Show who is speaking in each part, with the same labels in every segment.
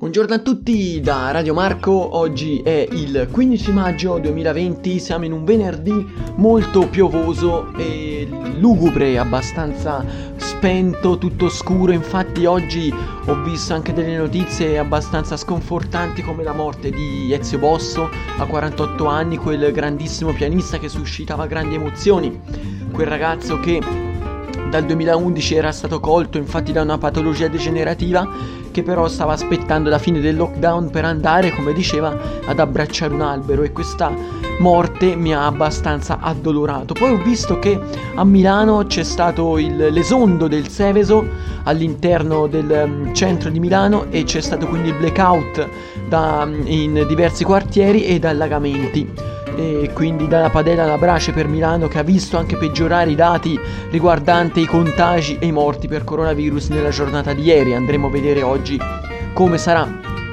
Speaker 1: Buongiorno a tutti da Radio Marco, oggi è il 15 maggio 2020, siamo in un venerdì molto piovoso e lugubre, abbastanza spento, tutto scuro. Infatti oggi ho visto anche delle notizie abbastanza sconfortanti come la morte di Ezio Bosso a 48 anni, quel grandissimo pianista che suscitava grandi emozioni, quel ragazzo che dal 2011 era stato colto infatti da una patologia degenerativa, che però stava aspettando la fine del lockdown per andare, come diceva, ad abbracciare un albero, e questa morte mi ha abbastanza addolorato. Poi ho visto che a Milano c'è stato l'esondo del Seveso all'interno del centro di Milano e c'è stato quindi il blackout in diversi quartieri ed allagamenti. E quindi dalla padella alla brace per Milano, che ha visto anche peggiorare i dati riguardanti i contagi e i morti per coronavirus nella giornata di ieri. Andremo a vedere oggi come sarà.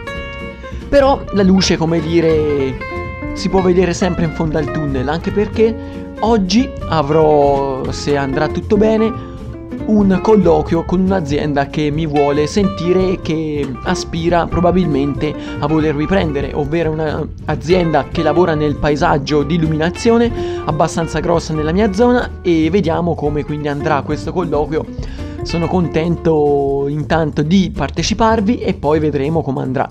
Speaker 1: Però la luce, come dire, si può vedere sempre in fondo al tunnel, anche perché oggi avrò, se andrà tutto bene, un colloquio con un'azienda che mi vuole sentire e che aspira probabilmente a volermi prendere, ovvero un'azienda che lavora nel paesaggio di illuminazione abbastanza grossa nella mia zona, e vediamo come quindi andrà questo colloquio. Sono contento intanto di parteciparvi e poi vedremo come andrà.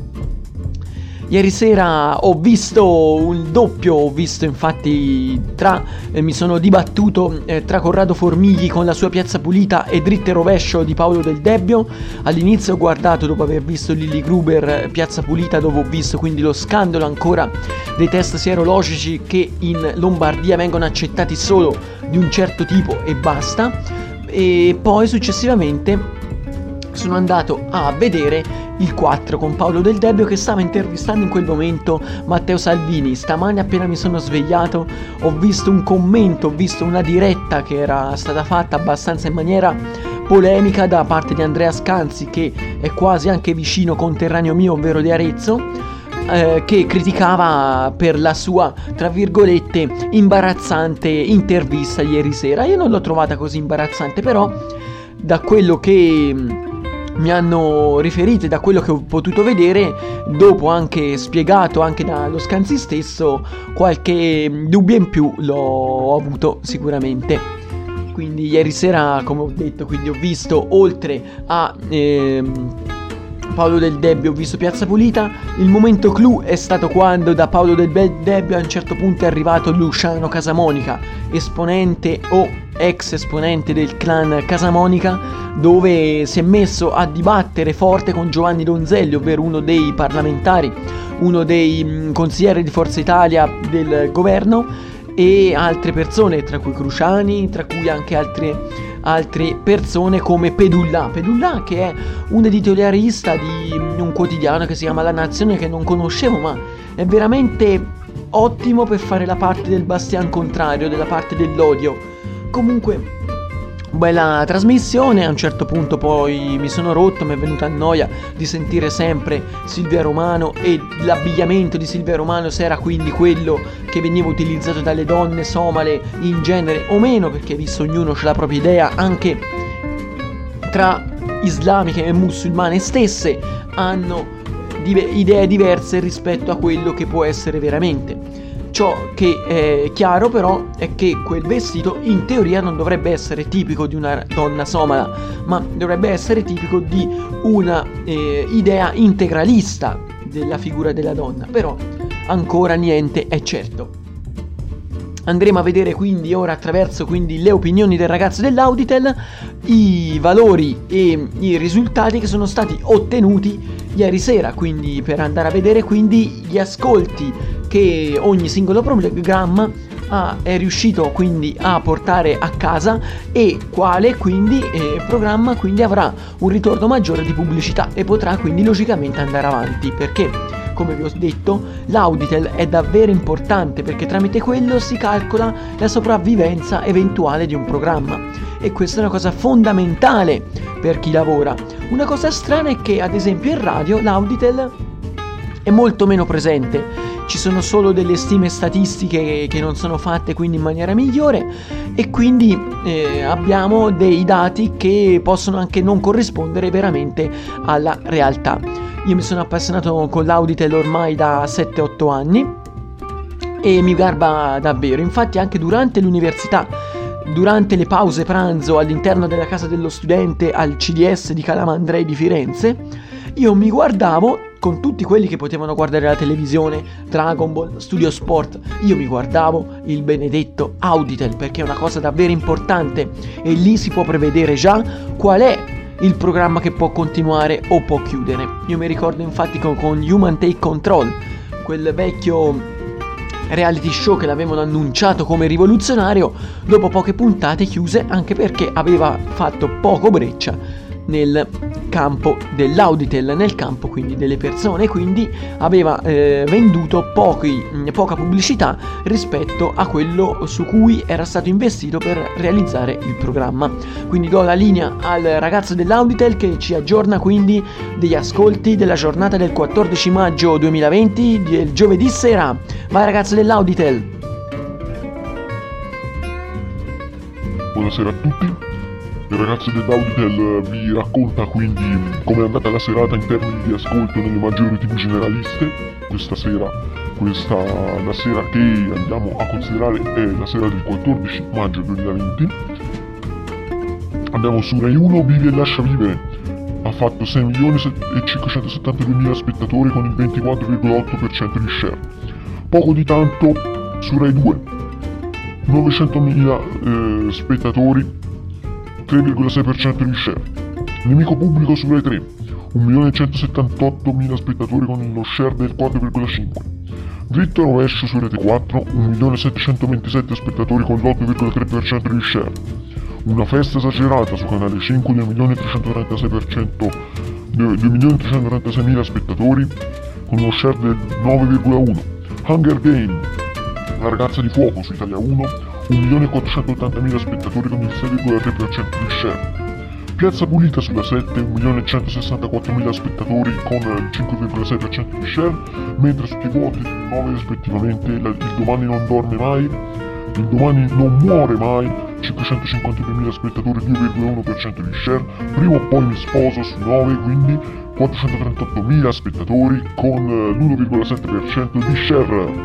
Speaker 1: Ieri sera ho visto un doppio, infatti mi sono dibattuto tra Corrado Formigli con la sua Piazza Pulita e Dritto e Rovescio di Paolo Del Debbio. All'inizio ho guardato, dopo aver visto Lilli Gruber, Piazza Pulita, dove ho visto quindi lo scandalo ancora dei test sierologici che in Lombardia vengono accettati solo di un certo tipo e basta, e poi successivamente sono andato a vedere il 4 con Paolo Del Debbio, che stava intervistando in quel momento Matteo Salvini. Stamani appena mi sono svegliato ho visto un commento, ho visto una diretta che era stata fatta abbastanza in maniera polemica da parte di Andrea Scanzi, che è quasi anche vicino conterraneo mio, ovvero di Arezzo, che criticava per la sua, tra virgolette, imbarazzante intervista ieri sera. Io non l'ho trovata così imbarazzante, però da quello che mi hanno riferito e da quello che ho potuto vedere, dopo anche spiegato anche dallo Scanzi stesso, qualche dubbio in più l'ho avuto sicuramente. Quindi ieri sera, come ho detto, quindi ho visto, oltre a Paolo Del Debbio, ho visto Piazza Pulita. Il momento clou è stato quando da Paolo Del Debbio a un certo punto è arrivato Luciano Casamonica, esponente o ex esponente del clan Casamonica, dove si è messo a dibattere forte con Giovanni Donzelli, ovvero uno dei parlamentari, uno dei consiglieri di Forza Italia del governo, e altre persone, tra cui Cruciani, tra cui anche altre persone come Pedulla, che è un editorialista di un quotidiano che si chiama La Nazione, che non conoscevo, ma è veramente ottimo per fare la parte del bastian contrario, della parte dell'odio. Comunque, bella trasmissione. A un certo punto poi mi sono rotto, mi è venuta noia di sentire sempre Silvia Romano, e l'abbigliamento di Silvia Romano, se era quindi quello che veniva utilizzato dalle donne somale in genere o meno, perché visto ognuno c'ha la propria idea, anche tra islamiche e musulmane stesse hanno idee diverse rispetto a quello che può essere veramente. Ciò che è chiaro però è che quel vestito in teoria non dovrebbe essere tipico di una donna somala, ma dovrebbe essere tipico di una idea integralista della figura della donna. Però ancora niente è certo. Andremo a vedere quindi ora, attraverso quindi le opinioni del ragazzo dell'Auditel, i valori e i risultati che sono stati ottenuti ieri sera, quindi per andare a vedere quindi gli ascolti che ogni singolo programma è riuscito quindi a portare a casa, e quale quindi programma quindi avrà un ritorno maggiore di pubblicità e potrà quindi logicamente andare avanti, perché, come vi ho detto, l'Auditel è davvero importante, perché tramite quello si calcola la sopravvivenza eventuale di un programma, e questa è una cosa fondamentale per chi lavora. Una cosa strana è che, ad esempio, in radio l'Auditel è molto meno presente. Ci sono solo delle stime statistiche che non sono fatte quindi in maniera migliore, e quindi abbiamo dei dati che possono anche non corrispondere veramente alla realtà. Io mi sono appassionato con l'Auditel ormai da 7-8 anni e mi garba davvero. Infatti anche durante l'università, durante le pause pranzo all'interno della casa dello studente al CDS di Calamandrei di Firenze, io mi guardavo con tutti quelli che potevano guardare la televisione, Dragon Ball, Studio Sport, io mi guardavo il benedetto Auditel, perché è una cosa davvero importante e lì si può prevedere già qual è il programma che può continuare o può chiudere. Io mi ricordo infatti con Human Take Control, quel vecchio reality show che l'avevano annunciato come rivoluzionario, dopo poche puntate chiuse, anche perché aveva fatto poco breccia nel campo dell'Auditel, nel campo quindi delle persone, quindi aveva venduto poca pubblicità rispetto a quello su cui era stato investito per realizzare il programma. Quindi do la linea al ragazzo dell'Auditel che ci aggiorna quindi degli ascolti della giornata del 14 maggio 2020 del giovedì sera. Vai ragazzo dell'Auditel.
Speaker 2: Buonasera a tutti. Il ragazzo dell'Auditel vi racconta quindi come è andata la serata in termini di ascolto nelle maggiori TV generaliste. Questa sera, la sera che andiamo a considerare è la sera del 14 maggio 2020. Andiamo su Rai 1, Vivi e lascia vivere. Ha fatto 6.572.000 spettatori con il 24,8% di share. Poco di tanto su Rai 2, 900.000 spettatori, 3,6% di share. Nemico pubblico su Rai 3, 1.178.000 spettatori con lo share del 4,5%. Dritto e rovescio su Rete 4, 1.727 spettatori con l'8,3% di share. Una festa esagerata su Canale 5, 2.336.000 spettatori con lo share del 9,1%. Hunger Game, La ragazza di fuoco su Italia 1, 1.480.000 spettatori con il 6,3% di share. Piazza Pulita sulla 7, 1.164.000 spettatori con il 5,6% di share, mentre su TV8 e TV9 rispettivamente Il domani non dorme mai, Il domani non muore mai, 552.000 spettatori, 2,1% di share. Prima o poi mi sposo su 9, quindi 438.000 spettatori con l'1,7% di share.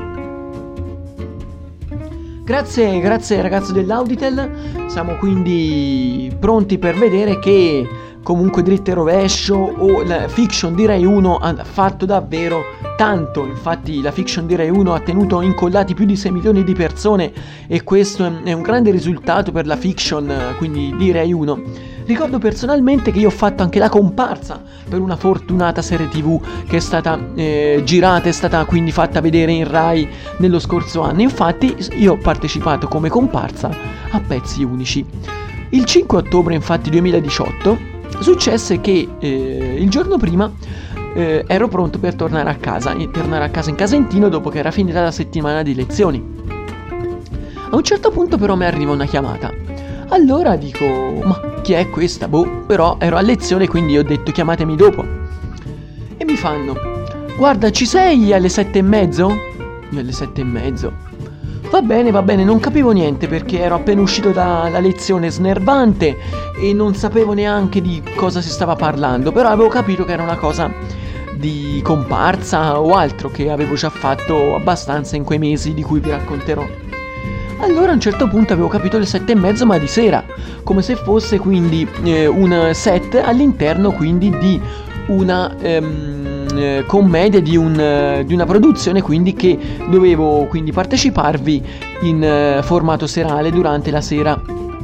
Speaker 1: Grazie ragazzo dell'Auditel, siamo quindi pronti per vedere che comunque Dritto e rovescio o la fiction di Rai 1 ha fatto davvero tanto. Infatti la fiction di Rai 1 ha tenuto incollati più di 6 milioni di persone e questo è un grande risultato per la fiction quindi di Rai 1. Ricordo personalmente che io ho fatto anche la comparsa per una fortunata serie TV che è stata girata, è stata quindi fatta vedere in Rai nello scorso anno. Infatti io ho partecipato come comparsa a Pezzi Unici. Il 5 ottobre infatti 2018 successe che il giorno prima ero pronto per tornare a casa in Casentino dopo che era finita la settimana di lezioni. A un certo punto però mi arriva una chiamata. Allora dico, ma chi è questa? Però ero a lezione, quindi ho detto chiamatemi dopo. E mi fanno, guarda, ci sei alle 7:30? Io alle 7:30. Va bene, non capivo niente perché ero appena uscito dalla lezione snervante e non sapevo neanche di cosa si stava parlando, però avevo capito che era una cosa di comparsa o altro che avevo già fatto abbastanza in quei mesi di cui vi racconterò. Allora a un certo punto avevo capito le 7:30 ma di sera, come se fosse quindi un set all'interno quindi di una commedia, di una produzione quindi che dovevo quindi parteciparvi in formato serale durante la sera.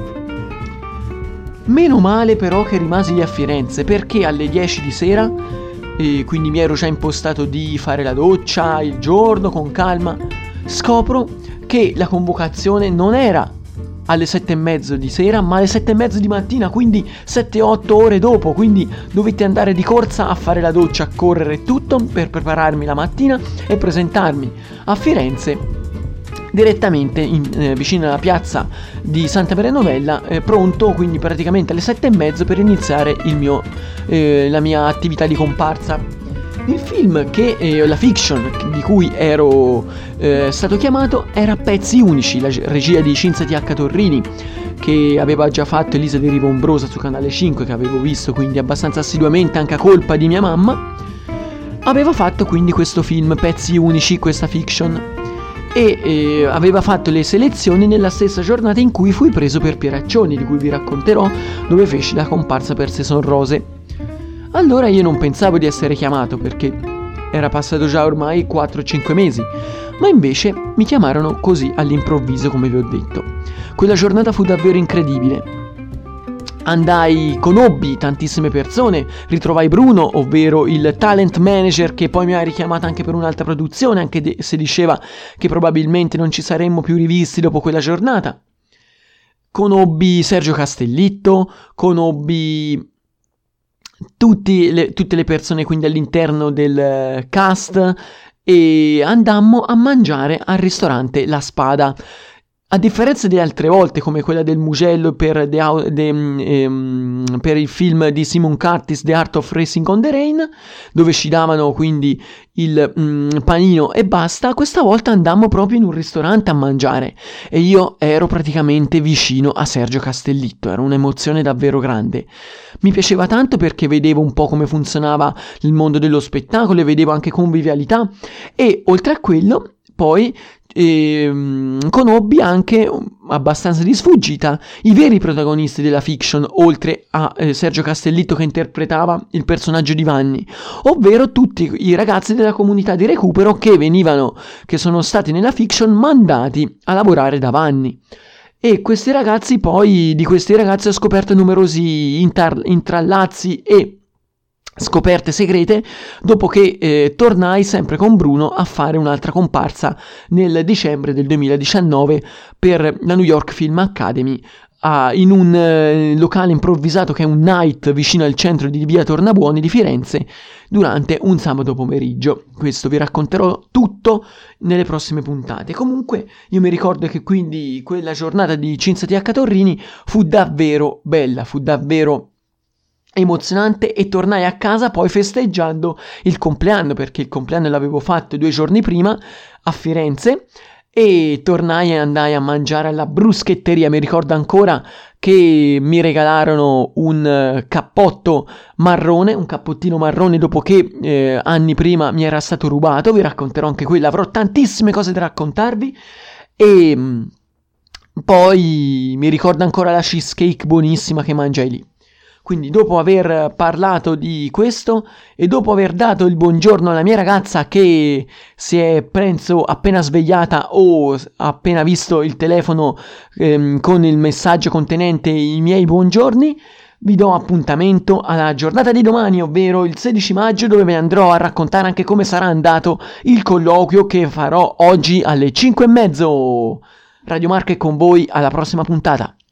Speaker 1: Meno male però che rimasi lì a Firenze perché alle 10 di sera, quindi mi ero già impostato di fare la doccia il giorno con calma, scopro che la convocazione non era alle 7:30 di sera ma alle 7:30 di mattina, quindi 7-8 ore dopo, quindi dovetti andare di corsa a fare la doccia, a correre e tutto per prepararmi la mattina e presentarmi a Firenze direttamente vicino alla piazza di Santa Maria Novella, pronto quindi praticamente alle 7:30 per iniziare la mia attività di comparsa. Il film la fiction di cui ero stato chiamato era Pezzi Unici, la regia di Cinzia T.H. Torrini, che aveva già fatto Elisa di Rivombrosa su Canale 5, che avevo visto quindi abbastanza assiduamente anche a colpa di mia mamma. aveva fatto quindi questo film Pezzi Unici, questa fiction, e aveva fatto le selezioni nella stessa giornata in cui fui preso per Pieraccioni, di cui vi racconterò, dove feci la comparsa per Se son rose. Allora io non pensavo di essere chiamato, perché era passato già ormai 4-5 mesi, ma invece mi chiamarono così all'improvviso, come vi ho detto. Quella giornata fu davvero incredibile. Conobbi tantissime persone, ritrovai Bruno, ovvero il talent manager che poi mi ha richiamato anche per un'altra produzione, anche se diceva che probabilmente non ci saremmo più rivisti dopo quella giornata. Conobbi Sergio Castellitto, conobbi tutte le persone quindi all'interno del cast, e andammo a mangiare al ristorante La Spada. A differenza di altre volte, come quella del Mugello per il film di Simon Curtis, The Art of Racing on the Rain, dove ci davano quindi il panino e basta, questa volta andammo proprio in un ristorante a mangiare e io ero praticamente vicino a Sergio Castellitto. Era un'emozione davvero grande. Mi piaceva tanto perché vedevo un po' come funzionava il mondo dello spettacolo e vedevo anche convivialità, e oltre a quello poi conobbi anche abbastanza di sfuggita i veri protagonisti della fiction, oltre a Sergio Castellitto che interpretava il personaggio di Vanni, ovvero tutti i ragazzi della comunità di recupero che sono stati nella fiction mandati a lavorare da Vanni. E di questi ragazzi ho scoperto numerosi intrallazzi e scoperte segrete, dopo che tornai sempre con Bruno a fare un'altra comparsa nel dicembre del 2019 per la New York Film Academy, in un locale improvvisato che è un night vicino al centro di via Tornabuoni di Firenze, durante un sabato pomeriggio. Questo vi racconterò tutto nelle prossime puntate. Comunque io mi ricordo che quindi quella giornata di Cinzia TH Torrini fu davvero bella, fu davvero emozionante, e tornai a casa poi festeggiando il compleanno, perché il compleanno l'avevo fatto 2 giorni prima a Firenze, e tornai e andai a mangiare alla bruschetteria. Mi ricordo ancora che mi regalarono un cappottino marrone dopo che anni prima mi era stato rubato. Vi racconterò anche quella, avrò tantissime cose da raccontarvi. E poi mi ricordo ancora la cheesecake buonissima che mangiai lì. Quindi dopo aver parlato di questo e dopo aver dato il buongiorno alla mia ragazza, che si è penso appena svegliata o appena visto il telefono con il messaggio contenente i miei buongiorni, vi do appuntamento alla giornata di domani, ovvero il 16 maggio, dove vi andrò a raccontare anche come sarà andato il colloquio che farò oggi alle 5:30. Radio Marco è con voi, alla prossima puntata.